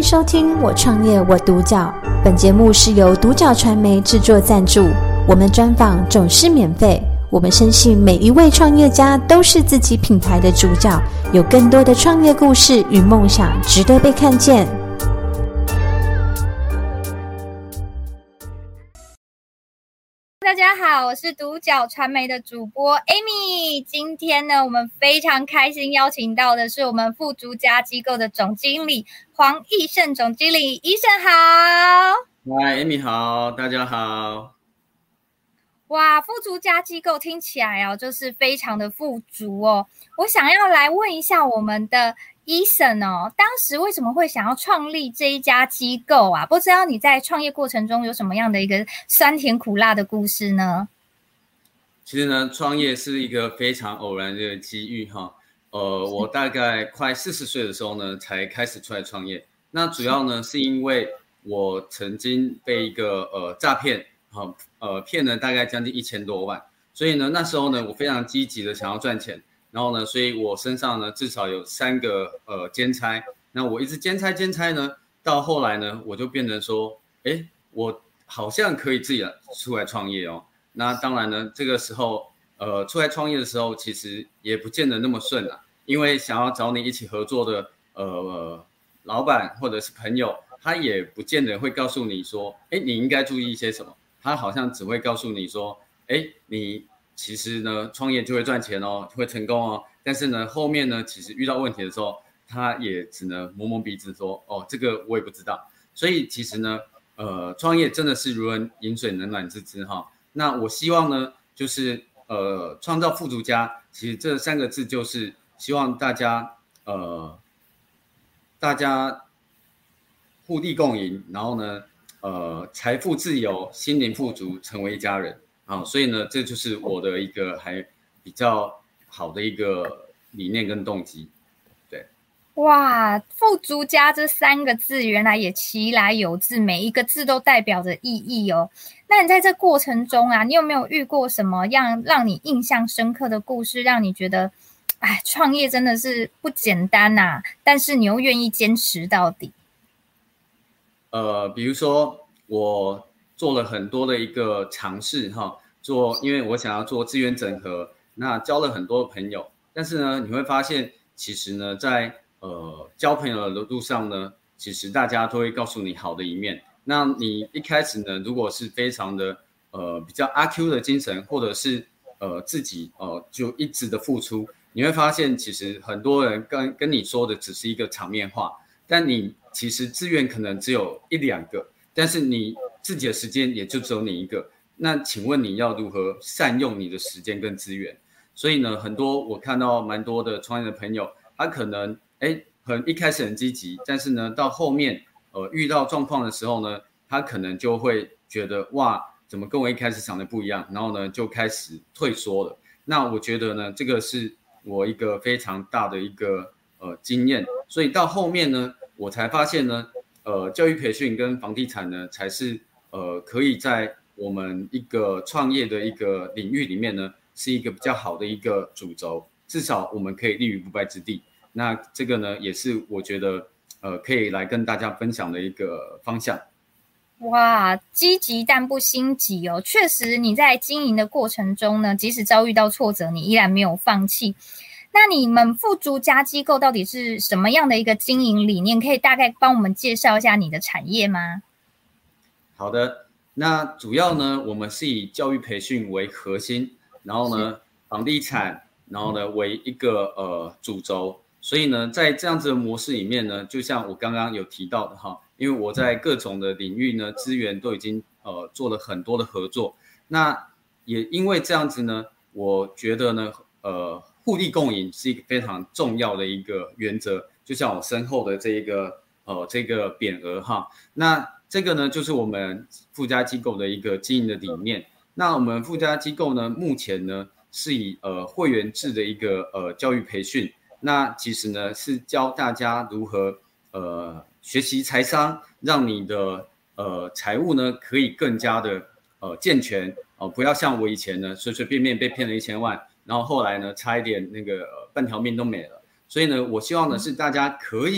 收听我创业我独角，本节目是由独角传媒制作赞助，我们专访总是免费。我们深信每一位创业家都是自己品牌的主角，有更多的创业故事与梦想值得被看见。 大家好，我是独角传媒的主播 Amy。今天呢，我们非常开心邀请到的是我们富足家机构的总经理黄义胜总经理，义胜好。 嗨 ，Amy 好，大家好。 哇，富足家机构听起来就是非常的富足哦。我想要来问一下我们的医生哦，当时为什么会想要创立这一家机构啊？不知道你在创业过程中有什么样的一个酸甜苦辣的故事呢？ 其实呢，创业是一个非常偶然的机遇哈。我大概快40岁的时候呢，才开始出来创业。那主要呢，是因为我曾经被一个诈骗骗了大概将近1000多万，所以呢，那时候呢，我非常积极的想要赚钱，然后呢，所以我身上呢至少有3个兼差，那我一直兼差呢，到后来呢，我就变成说，我好像可以自己出来创业哦。那当然呢，这个时候出来创业的时候，其实也不见得那么顺啊，因为想要找你一起合作的老板或者是朋友，他也不见得会告诉你说，你应该注意一些什么。他好像只会告诉你说，你其实呢创业就会赚钱哦，会成功哦。但是呢后面呢，其实遇到问题的时候，他也只能摸摸鼻子说，这个我也不知道。所以其实呢，创业真的是如人饮水，冷暖自知哈。那我希望呢，就是创造富足家，其实这3个字就是希望大家互利共赢，然后呢。财富自由，心灵富足，成为一家人啊，所以呢，这就是我的一个还比较好的一个理念跟动机。对， 哇，富足家这3个字原来也其来有自，每一个字都代表着意义哦。那你在这过程中啊，你有没有遇过什么样让你印象深刻的故事，让你觉得，创业真的是不简单啊，但是你又愿意坚持到底？ 比如说我做了很多的一个尝试哈，因为我想要做资源整合，那交了很多的朋友，但是呢，你会发现其实呢，在交朋友的路上呢，其实大家都会告诉你好的一面。那你一开始呢，如果是非常的比较阿 Q 的精神，或者是自己就一直的付出，你会发现其实很多人跟你说的只是一个场面话。但你其实资源可能只有1、2个，但是你自己的时间也就只有你一个。那请问你要如何善用你的时间跟资源？所以呢，我看到蛮多的创业的朋友，他可能一开始很积极，但是呢，到后面遇到状况的时候呢，他可能就会觉得哇，怎么跟我一开始想的不一样？然后呢，就开始退缩了。那我觉得呢，这个是我一个非常大的一个经验，所以到后面呢，我才发现呢，教育培训跟房地产呢，才是可以在我们一个创业的一个领域里面呢，是一个比较好的一个主轴，至少我们可以立于不败之地。那这个呢，也是我觉得可以来跟大家分享的一个方向。 哇，积极但不心急哦。确实，你在经营的过程中呢，即使遭遇到挫折，你依然没有放弃。那你们富足家机构到底是什么样的一个经营理念？可以大概帮我们介绍一下你的产业吗？ 好的，那主要呢，我们是以教育培训为核心，然后呢，房地产，然后呢为一个主轴。所以呢，在这样子的模式里面呢，就像我刚刚有提到的哈，因为我在各种的领域呢，资源都已经做了很多的合作。那也因为这样子呢，我觉得呢，互利共赢是一个非常重要的一个原则，就像我身后的这个匾额哈。那这个呢，就是我们富家机构的一个经营的理念。那我们富家机构呢，目前呢是以会员制的一个教育培训。那其实呢是教大家如何学习财商，让你的财务呢可以更加的健全不要像我以前呢随随便便被骗了1000万。然后后来呢，差一点那个半条命都没了。所以呢，我希望呢是大家可以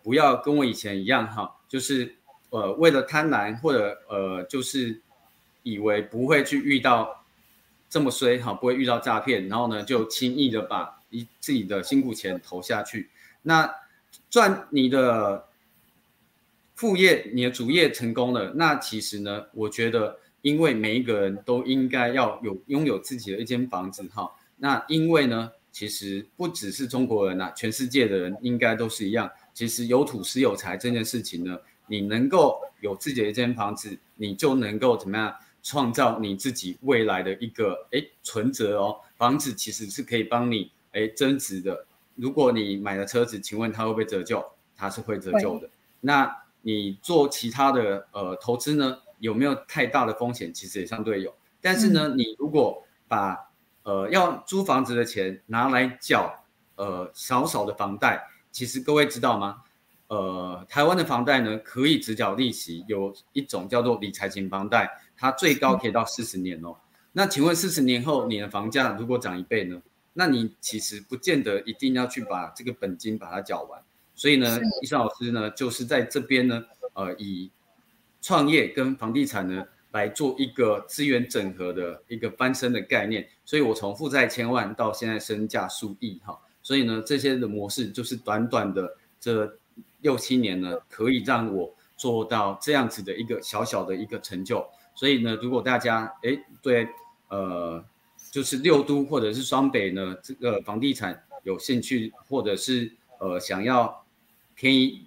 不要跟我以前一样哈，就是为了贪婪或者就是以为不会去遇到这么衰哈，不会遇到诈骗，然后呢就轻易的把自己的辛苦钱投下去。那赚你的副业，你的主业成功了，那其实呢，我觉得因为每一个人都应该要拥有自己的一间房子哈。那因为呢，其实不只是中国人啊，全世界的人应该都是一样。其实有土斯有财这件事情呢，你能够有自己的一间房子，你就能够怎么样创造你自己未来的一个存折哦。房子其实是可以帮你增值的。如果你买了车子，请问它会不会折旧？它是会折旧的。那你做其他的投资呢，有没有太大的风险？其实也相对有。但是呢，你如果把要租房子的钱拿来缴少少的房贷，其实各位知道吗？台湾的房贷呢可以只缴利息，有一种叫做理财型房贷，它最高可以到40年哦。那请问40年后你的房价如果涨1倍呢？那你其实不见得一定要去把这个本金把它缴完。所以呢，易胜老师呢就是在这边呢以创业跟房地产呢来做一个资源整合的一个翻身的概念。所以我从负债1000万到现在身价数亿哈。所以呢，这些的模式就是短短的这6-7年呢，可以让我做到这样子的一个小小的一个成就。所以呢，如果大家对就是6都或者是双北呢这个房地产有兴趣，或者是想要便宜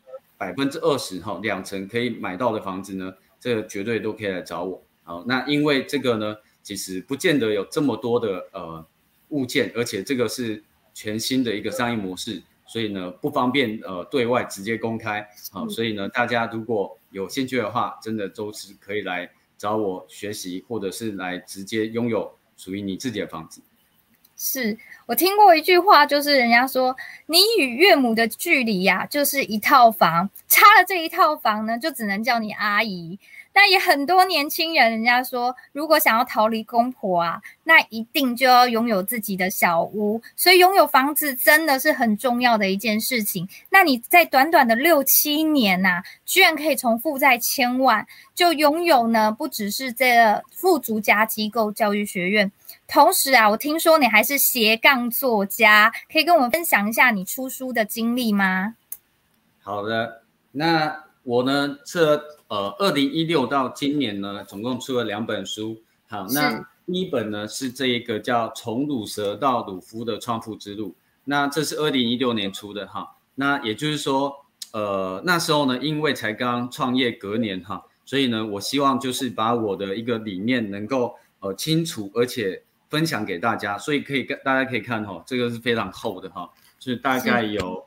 20%哈，2成可以买到的房子呢，这个绝对都可以来找我。好，那因为这个呢，其实不见得有这么多的物件，而且这个是全新的一个商业模式，所以呢不方便对外直接公开。好，所以呢大家如果有兴趣的话，真的都是可以来找我学习，或者是来直接拥有属于你自己的房子。 是我听过一句话，就是人家说你与岳母的距离呀，就是一套房，差了这一套房呢，就只能叫你阿姨。那也很多年轻人，人家说如果想要逃离公婆啊，那一定就要拥有自己的小屋，所以拥有房子真的是很重要的一件事情。那你在短短的6-7年啊，居然可以从负债1000万就拥有呢，不只是这个富足家机构教育学院，同时啊，我听说你还是斜杠作家，可以跟我们分享一下你出书的经历吗？ 好的，那我呢，2016到今年呢，总共出了2本书。好，那第一本呢是这一个叫从乳蛇到鲁夫的创富之路，那这是2016年出的哈。那也就是说，那时候呢，因为才刚创业隔年哈，所以呢，我希望就是把我的一个理念能够清楚而且分享给大家，所以大家可以看哈，这个是非常厚的哈，就是大概有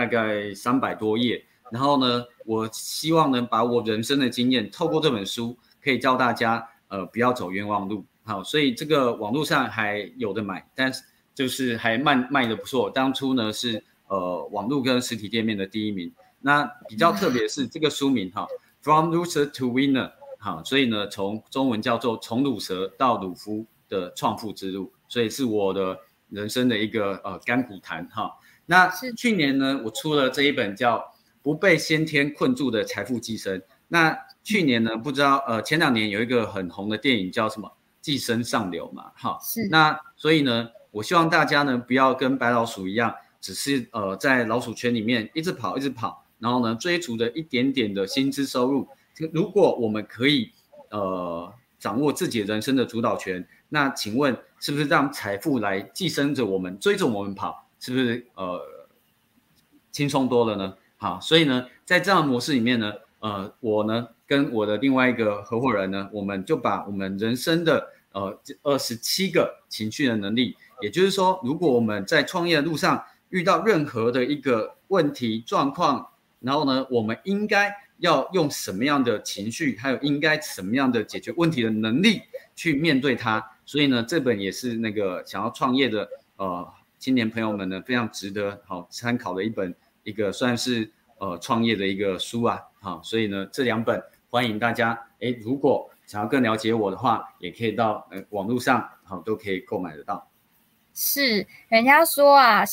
300多页。然后呢，我希望能把我人生的经验透过这本书，可以教大家不要走冤枉路。好，所以这个网络上还有的买，但是就是还卖的不错。当初呢是网络跟实体店面的第1名。那比较特别的是这个书名哈 ，From Loser to Winner。好，所以呢从中文叫做从乳蛇到鲁夫的创富之路，所以是我的人生的一个甘苦谈哈。那去年呢，我出了这一本叫不被先天困住的财富寄生。那去年呢，不知道前2年有一个很红的电影叫什么寄生上流嘛，哈，那所以呢，我希望大家呢不要跟白老鼠一样，只是在老鼠圈里面一直跑，然后呢追逐着一点点的薪资收入。如果我们可以掌握自己人生的主导权，那请问是不是让财富来寄生着我们，追着我们跑，是不是轻松多了呢？好，所以呢，在这样的模式里面呢，我呢跟我的另外一个合伙人呢，我们就把我们人生的27个情绪的能力，也就是说，如果我们在创业的路上遇到任何的一个问题状况，然后呢，我们应该要用什么样的情绪，还有应该什么样的解决问题的能力去面对它。所以呢，这本也是那个想要创业的青年朋友们呢，非常值得参考的一个算是创业的一个书啊。好，所以呢，这2本欢迎大家，如果想要更了解我的话，也可以到网络上都可以购买得到。 是，人家说啊，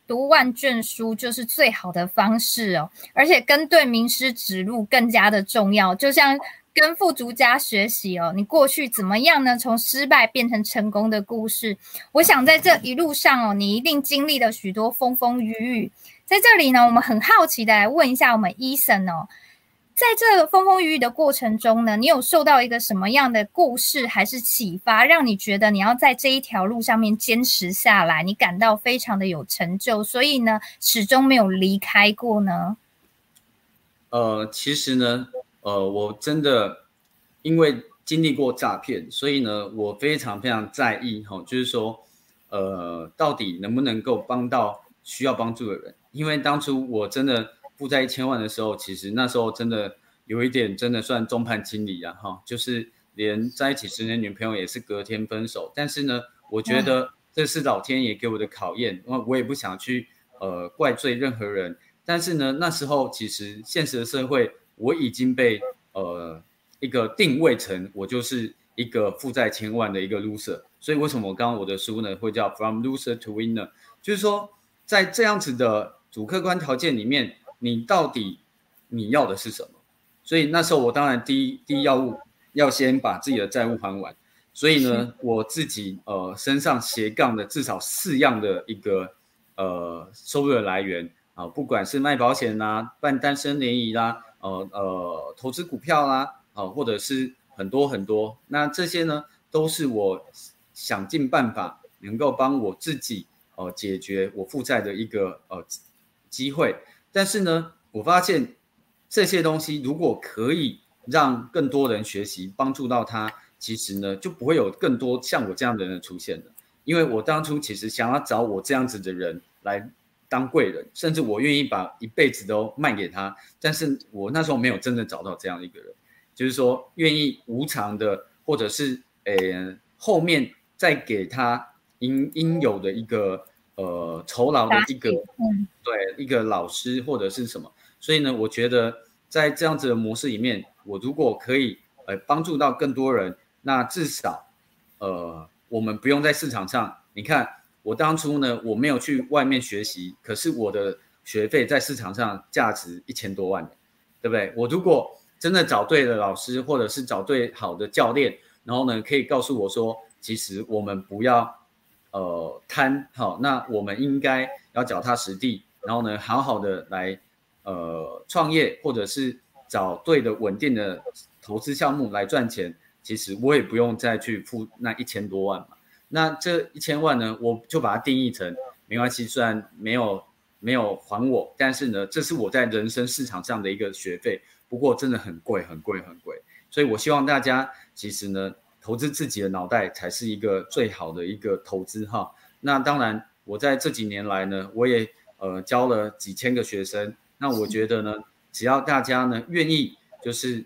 读万卷书就是最好的方式哦，而且跟对名师指路更加的重要。就像跟富足家学习哦，你过去怎么样呢？从失败变成成功的故事，我想在这一路上哦，你一定经历了许多风风雨雨。在这里呢，我们很好奇的来问一下我们Eason哦，在这个风风雨雨的过程中呢，你有受到一个什么样的故事还是启发，让你觉得你要在这一条路上面坚持下来，你感到非常的有成就，所以呢，始终没有离开过呢？ 其实呢，我真的因为经历过诈骗，所以呢，我非常非常在意就是说，到底能不能够帮到需要帮助的人？因为当初我真的负债1000万的时候，其实那时候真的有一点真的算众叛亲离啊，就是连在一起10年女朋友也是隔天分手。但是呢，我觉得这是老天爷给我的考验，我也不想去怪罪任何人。但是呢，那时候其实现实的社会，我已经被一个定位成我就是一个负债1000万的一个 loser。所以为什么刚刚我的书呢会叫 From Loser to Winner， 就是说在这样子的主客观条件里面，你到底你要的是什么？所以那时候我当然第一要务要先把自己的债务还完。所以呢，我自己身上斜杠的至少4样的一个收入的来源。不管是卖保险啦、办单身联谊啦、投资股票啦，或者是很多很多，那这些呢，都是我想尽办法能够帮我自己解决我负债的一个机会。但是呢，我发现这些东西如果可以让更多人学习，帮助到他，其实呢，就不会有更多像我这样的人出现了。因为我当初其实想要找我这样子的人来当贵人，甚至我愿意把一辈子都卖给他，但是我那时候没有真的找到这样一个人，就是说愿意无偿的，或者是后面再给他应有的一个酬劳的一个对一个老师或者是什么。所以呢，我觉得在这样子的模式里面，我如果可以帮助到更多人，那至少我们不用在市场上，你看。我当初呢，我没有去外面学习，可是我的学费在市场上价值1000多万，对不对？我如果真的找对了老师，或者是找对好的教练，然后呢，可以告诉我说，其实我们不要贪，好，那我们应该要脚踏实地，然后呢，好好的来创业，或者是找对的稳定的投资项目来赚钱。其实我也不用再去付那1000多万嘛。那这1000万呢，我就把它定义成没关系，虽然没有还我，但是呢，这是我在人生市场上的一个学费，不过真的很贵很贵很贵。所以我希望大家其实呢，投资自己的脑袋才是一个最好的一个投资哈。那当然，我在这几年来呢，我也教了几千个学生。那我觉得呢，只要大家呢愿意，就是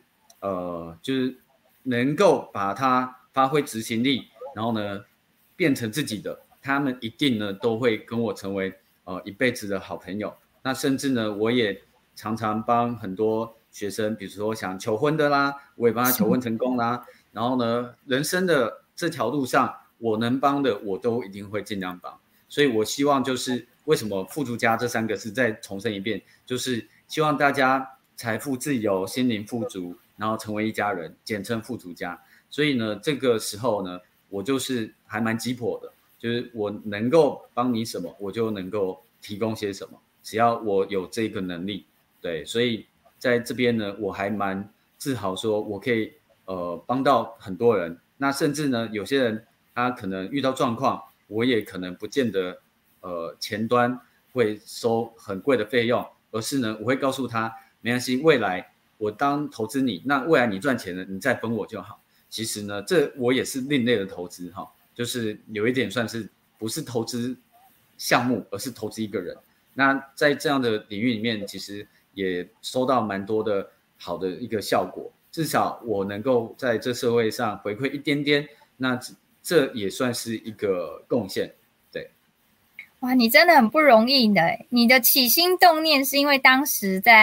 能够把它发挥执行力，然后呢变成自己的，他们一定呢都会跟我成为一辈子的好朋友。那甚至呢，我也常常帮很多学生，比如说想求婚的啦，我也帮他求婚成功啦。然后呢，人生的这条路上，我能帮的我都一定会尽量帮。所以我希望就是为什么富足家这3个字再重申一遍，就是希望大家财富自由，心灵富足，然后成为一家人，简称富足家。所以呢，这个时候呢，我就是还蛮鸡婆的，就是我能够帮你什么，我就能够提供些什么，只要我有这个能力。对，所以在这边呢，我还蛮自豪说我可以帮到很多人。那甚至呢，有些人他可能遇到状况，我也可能不见得前端会收很贵的费用，而是呢，我会告诉他没关系，未来我当投资你，那未来你赚钱了，你再分我就好。其实呢，这我也是另类的投资哈，就是有一点算是不是投资项目，而是投资一个人。那在这样的领域里面，其实也收到蛮多的好的一个效果，至少我能够在这社会上回馈一点点，那这也算是一个贡献。对， 哇，你真的很不容易的。你的起心动念是因为当时在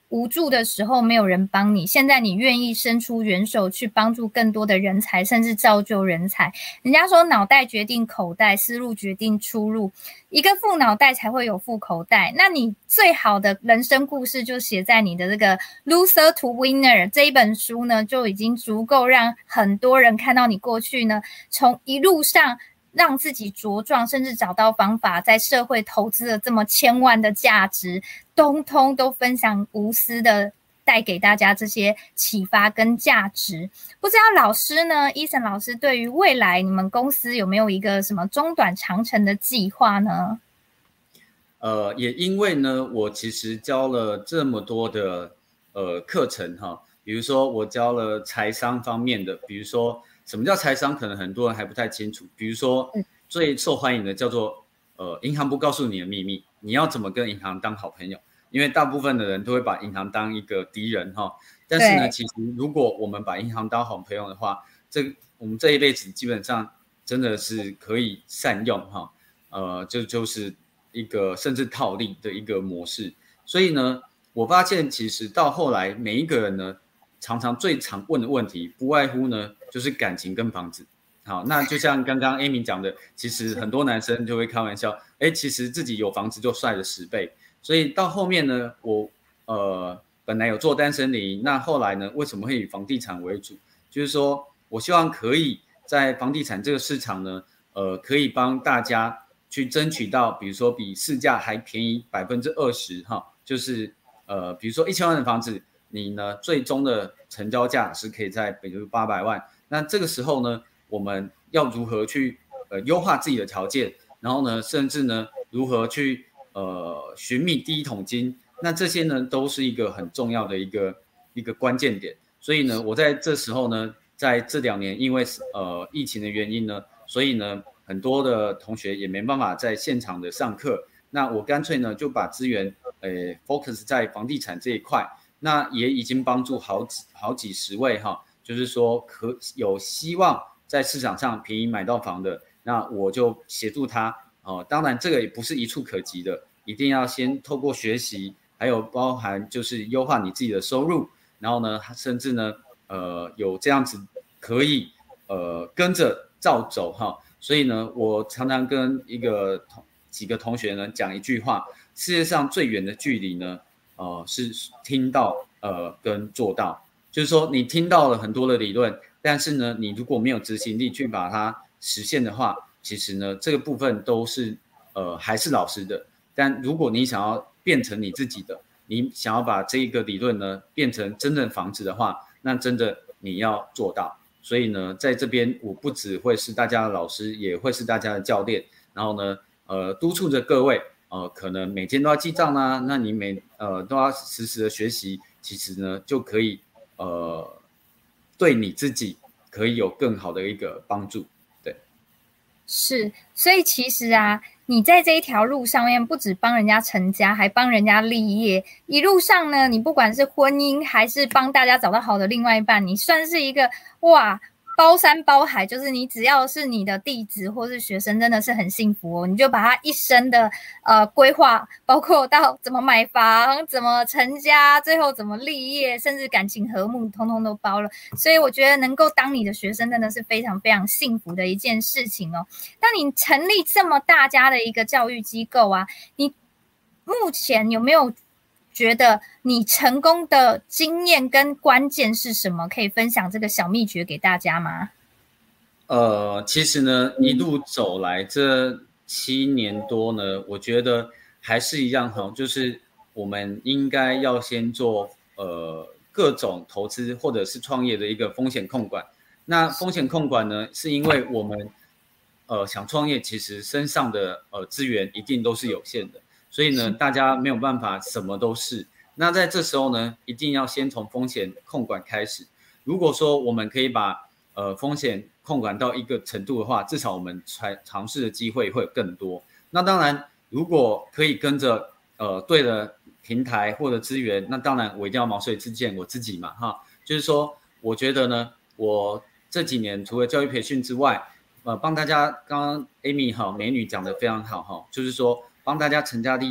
无助的时候没有人帮你，现在你愿意伸出援手去帮助更多的人才，甚至造就人才。人家说脑袋决定口袋，思路决定出路，一个富脑袋才会有富口袋。那你最好的人生故事就写在你的这个 Loser to Winner 这一本书呢，就已经足够让很多人看到你过去呢，从一路上让自己茁壮，甚至找到方法，在社会投资了这么千万的价值，通通都分享无私的带给大家这些启发跟价值。不知道老师呢，Eason老师对于未来你们公司有没有一个什么中短长程的计划呢？ 也因为呢，我其实教了这么多的课程哈，比如说我教了财商方面的，比如说什么叫财商，可能很多人还不太清楚。比如说最受欢迎的叫做银行不告诉你的秘密，你要怎么跟银行当好朋友？因为大部分的人都会把银行当一个敌人哈，但是呢，其实如果我们把银行当好朋友的话，我们这一辈子基本上真的是可以善用哈，就是一个甚至套利的一个模式。所以呢，我发现其实到后来每一个人呢，常常最常问的问题，不外乎呢就是感情跟房子。好，那就像刚刚 Amy 讲的，其实很多男生就会开玩笑，其实自己有房子就帅了10倍。所以到后面呢，我本来有做单身零，那后来呢，为什么会以房地产为主？就是说我希望可以在房地产这个市场呢，可以帮大家去争取到，比如说比市价还便宜20%哈，就是比如说1000万的房子，你呢最终的成交价是可以在比如800万，那这个时候呢，我们要如何去优化自己的条件，然后呢，甚至呢如何去寻觅第一桶金，那这些呢都是一个很重要的一个关键点。所以呢，我在这时候呢，在这2年因为疫情的原因呢，所以呢很多的同学也没办法在现场的上课，那我干脆呢就把资源focus 在房地产这一块，那也已经帮助好几十位哈，就是说有希望在市场上便宜买到房的，那我就协助他。当然这个也不是一触可及的，一定要先透过学习，还有包含就是优化你自己的收入，然后呢，甚至呢，有这样子可以跟着照走哈。所以呢，我常常跟几个同学呢讲一句话：世界上最远的距离呢，是听到跟做到。就是说，你听到了很多的理论，但是呢，你如果没有执行力去把它实现的话，其实呢，这个部分都是还是老师的。但如果你想要变成你自己的，你想要把这一个理论呢变成真正房子的话，那真的你要做到。所以呢，在这边我不只会是大家的老师，也会是大家的教练。然后呢，督促着各位，可能每天都要记账啦，那你都要时时的学习，其实呢就可以对你自己可以有更好的一个帮助。 是，所以其实啊，你在这一条路上面，不止帮人家成家，还帮人家立业。一路上呢，你不管是婚姻，还是帮大家找到好的另外一半，你算是一个包山包海，就是你只要是你的弟子或是学生，真的是很幸福哦。你就把他一生的规划，包括到怎么买房、怎么成家，最后怎么立业，甚至感情和睦，通通都包了。所以我觉得能够当你的学生，真的是非常非常幸福的一件事情哦。当你成立这么大家的一个教育机构啊，你目前有没有觉得你成功的经验跟关键是什么？可以分享这个小秘诀给大家吗？ 其实呢，一路走来这7年多呢，我觉得还是一样哈，就是我们应该要先做各种投资或者是创业的一个风险控管。那风险控管呢，是因为我们想创业，其实身上的资源一定都是有限的。所以呢，大家没有办法什么都是。那在这时候呢，一定要先从风险控管开始。如果说我们可以把风险控管到一个程度的话，至少我们尝试的机会会有更多。那当然，如果可以跟着对的平台或者资源，那当然我一定要毛遂自荐我自己嘛哈。就是说，我觉得呢，我这几年除了教育培训之外，帮大家刚刚 Amy 美女讲得非常好哈，就是说帮大家成家立业，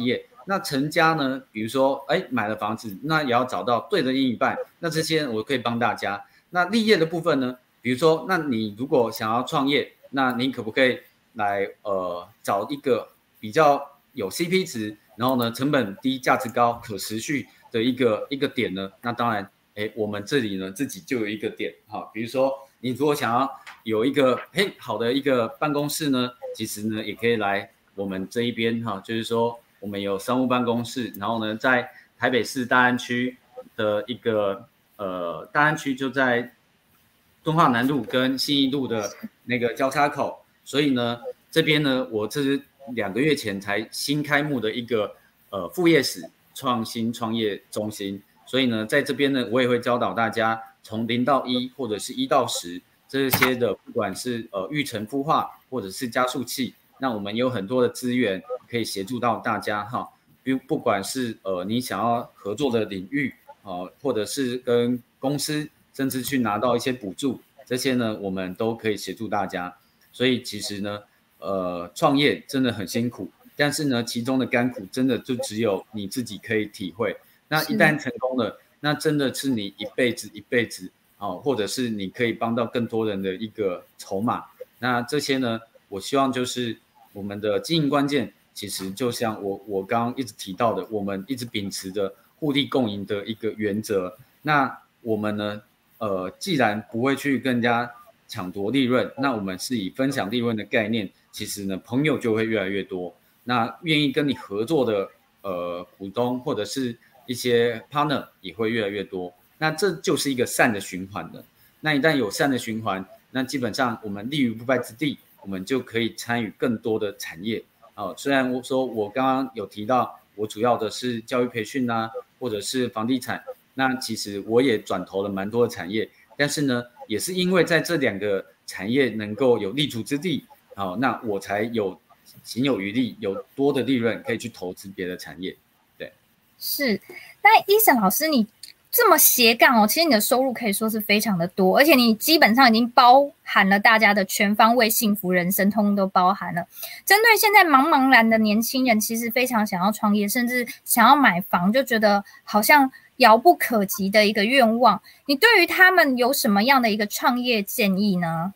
那成家呢，比如说买了房子，那也要找到对的另一半，那这些我可以帮大家。那立业的部分呢，比如说那你如果想要创业，那你可不可以来找一个比较有 CP 值，然后呢成本低、价值高、可持续的一个点呢？那当然我们这里呢自己就有一个点比如说你如果想要有一个好的一个办公室呢，其实呢也可以来我们这一边就是说我们有商务办公室，然后呢在台北市大安区的一个大安区就在敦化南路跟信义路的那个交叉口，所以呢这边呢我这是2个月前才新开幕的一个副业史创新创业中心，所以呢在这边呢我也会教导大家从0到1或者是1到10这些的，不管是育成孵化或者是加速器，那我们有很多的资源可以协助到大家不管是你想要合作的领域或者是跟公司甚至去拿到一些补助，这些呢我们都可以协助大家。所以其实呢创业真的很辛苦，但是呢其中的甘苦真的就只有你自己可以体会。那一旦成功了，那真的是你一辈子或者是你可以帮到更多人的一个筹码。那这些呢我希望就是我们的经营关键，其实就像我刚刚一直提到的，我们一直秉持着互利共赢的一个原则。那我们呢既然不会去跟人家抢夺利润，那我们是以分享利润的概念，其实呢朋友就会越来越多，那愿意跟你合作的股东或者是一些 partner 也会越来越多，那这就是一个善的循环的。那一旦有善的循环，那基本上我们立于不败之地，我们就可以参与更多的产业虽然我刚刚有提到我主要的是教育培训或者是房地产，那其实我也转投了蛮多的产业，但是呢也是因为在这2个产业能够有立足之地那我才有行有余力，有多的利润可以去投资别的产业。对， 是。那Eason老师，你这么斜杠其实你的收入可以说是非常的多，而且你基本上已经包含了大家的全方位幸福人生，通通都包含了。针对现在茫茫然的年轻人，其实非常想要创业，甚至想要买房，就觉得好像遥不可及的一个愿望，你对于他们有什么样的一个创业建议呢？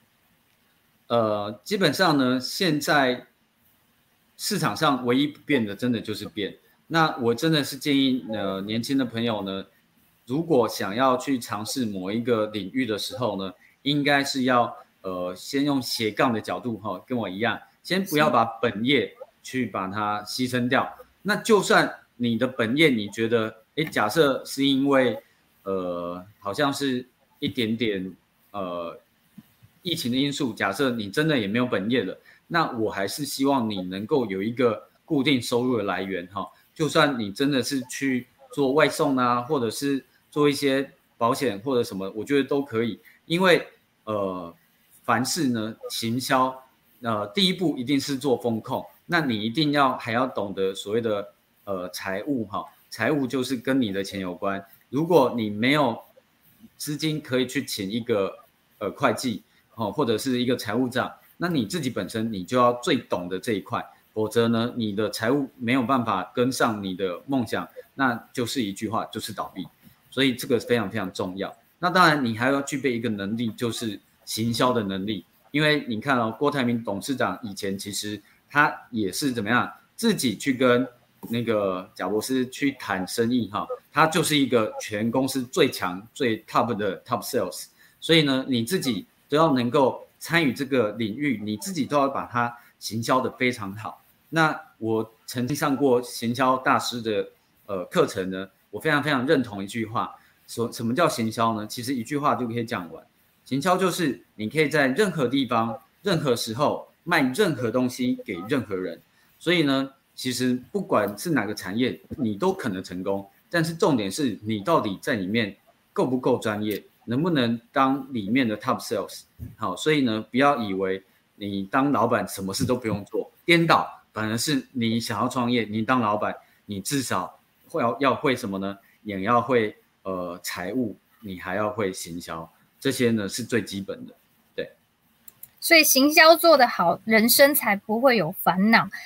基本上呢现在市场上唯一不变的真的就是变。那我真的是建议年轻的朋友呢，如果想要去尝试某一个领域的时候呢，应该是要先用斜杠的角度跟我一样，先不要把本业去把它牺牲掉。那就算你的本业你觉得假设是因为好像是一点点疫情的因素，假设你真的也没有本业了，那我还是希望你能够有一个固定收入的来源就算你真的是去做外送或者是做一些保险或者什么，我觉得都可以。因为凡事呢行销第一步一定是做风控，那你一定还要懂得所谓的财务财务就是跟你的钱有关。如果你没有资金可以去请一个会计或者是一个财务长，那你自己本身你就要最懂得这一块，否则呢你的财务没有办法跟上你的梦想，那就是一句话，就是倒闭。所以这个非常非常重要。那当然你还要具备一个能力，就是行销的能力。因为你看郭台铭董事长以前其实他也是怎么样自己去跟那个贾伯斯去谈生意他就是一个全公司最强最 top 的 top sales。所以呢你自己都要能够参与这个领域，你自己都要把它行销的非常好。那我曾经上过行销大师的课程呢，我非常非常认同一句话，说什么叫行销呢？其实一句话就可以讲完，行销就是你可以在任何地方任何时候卖任何东西给任何人。所以呢其实不管是哪个产业你都可能成功，但是重点是你到底在里面够不够专业，能不能当里面的 top sales。 好，所以呢不要以为你当老板什么事都不用做，颠倒，反而是你想要创业，你当老板你至少要会什么呢？你要会财务，你还要会行销，这些呢是最基本的。对， 所以行销做得好，人生才不会有烦恼。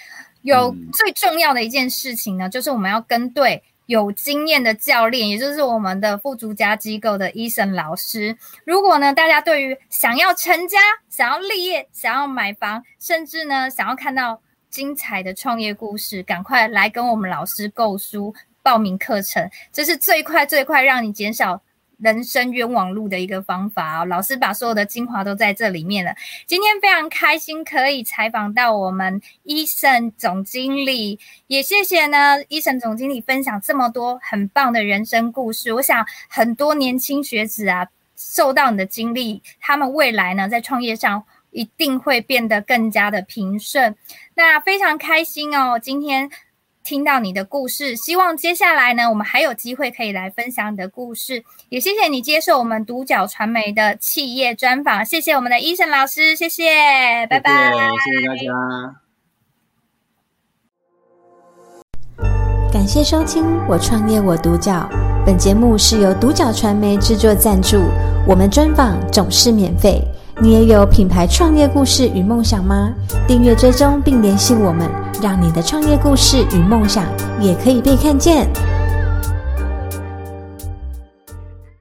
有最重要的一件事情呢，就是我们要跟对有经验的教练，也就是我们的富足家机构的Eason老师。如果呢，大家对于想要成家、想要立业、想要买房，甚至呢想要看到精彩的创业故事，赶快来跟我们老师购书报名课程，这是最快让你减少人生冤枉路的一个方法哦。老师把所有的精华都在这里面了。今天非常开心可以采访到我们Eason总经理，也谢谢呢Eason总经理分享这么多很棒的人生故事。我想很多年轻学子啊，受到你的经历，他们未来呢在创业上一定会变得更加的平顺。那非常开心哦，今天听到你的故事，希望接下来呢我们还有机会可以来分享你的故事。也谢谢你接受我们独角传媒的企业专访，谢谢我们的Eason老师，谢谢，拜拜， 谢谢大家。 感谢收听我创业我独角，本节目是由独角传媒制作赞助，我们专访总是免费。你也有品牌创业故事与梦想吗？订阅追踪并联系我们，让你的创业故事与梦想也可以被看见。